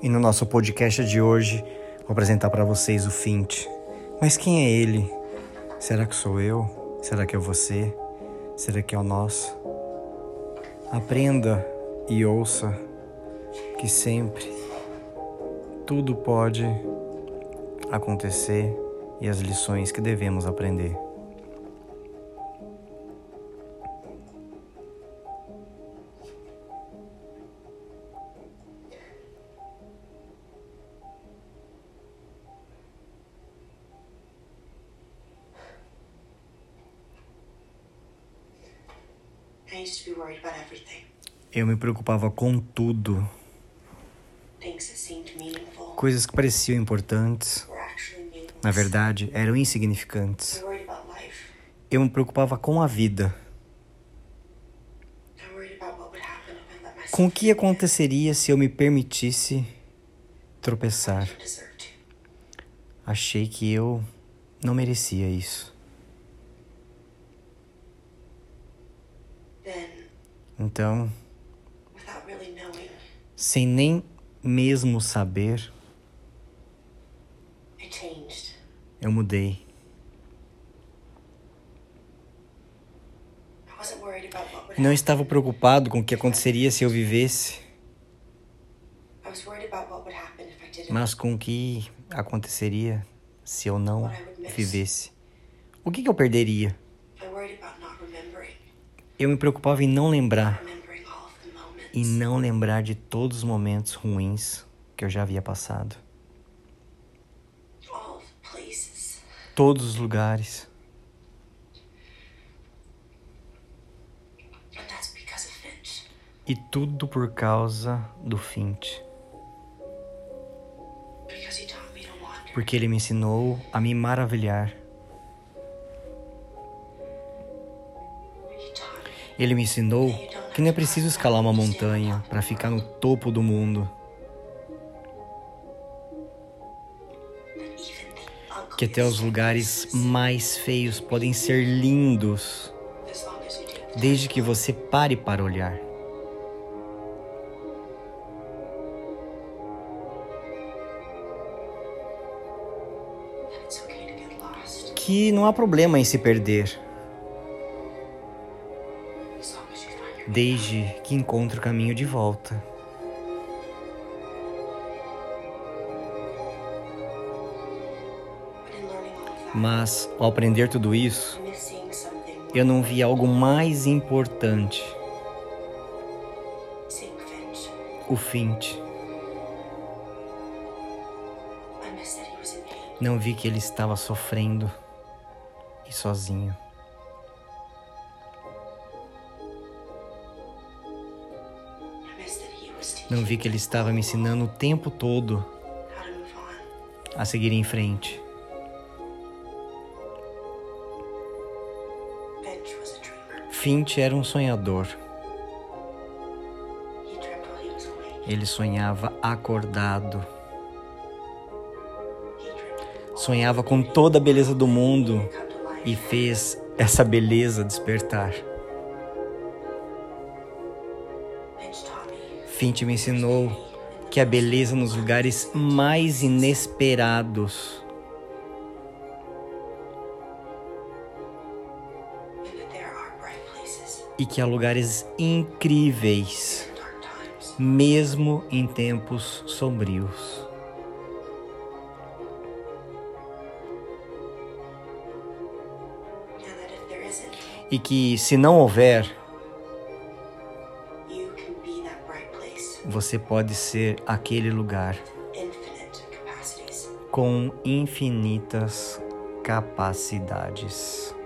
E no nosso podcast de hoje, vou apresentar para vocês o Fint. Mas quem é ele? Será que sou eu? Será que é você? Será que é o nós? Aprenda e ouça que sempre tudo pode acontecer e as lições que devemos aprender. Eu me preocupava com tudo. Coisas que pareciam importantes, na verdade, eram insignificantes. Eu me preocupava com a vida. Com o que aconteceria se eu me permitisse tropeçar? Achei que eu não merecia isso. Então, sem nem mesmo saber, eu mudei. Não estava preocupado com o que aconteceria se eu vivesse, mas com o que aconteceria se eu não vivesse. O que eu perderia? Eu me preocupava em não lembrar, e não lembrar de todos os momentos ruins que eu já havia passado. Todos os lugares. E tudo por causa do Fint. Porque ele me ensinou a me maravilhar. Ele me ensinou que não é preciso escalar uma montanha para ficar no topo do mundo. Que até os lugares mais feios podem ser lindos, desde que você pare para olhar. Que não há problema em se perder, desde que encontre o caminho de volta. Mas, ao aprender tudo isso, eu não vi algo mais importante. O Fint. Não vi que ele estava sofrendo e sozinho. Não vi que ele estava me ensinando o tempo todo a seguir em frente. Fint era um sonhador. Ele sonhava acordado. Sonhava com toda a beleza do mundo e fez essa beleza despertar. Fint me ensinou que a beleza nos lugares mais inesperados e que há lugares incríveis, mesmo em tempos sombrios. E que, se não houver, você pode ser aquele lugar com infinitas capacidades.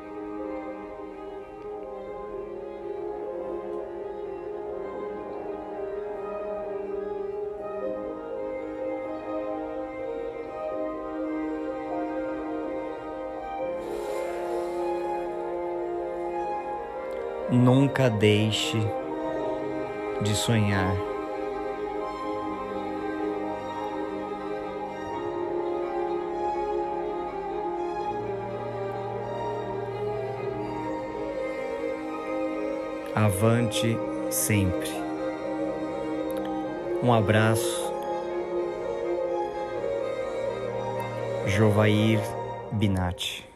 Nunca deixe de sonhar. Avante sempre. Um abraço Jovair Binatti.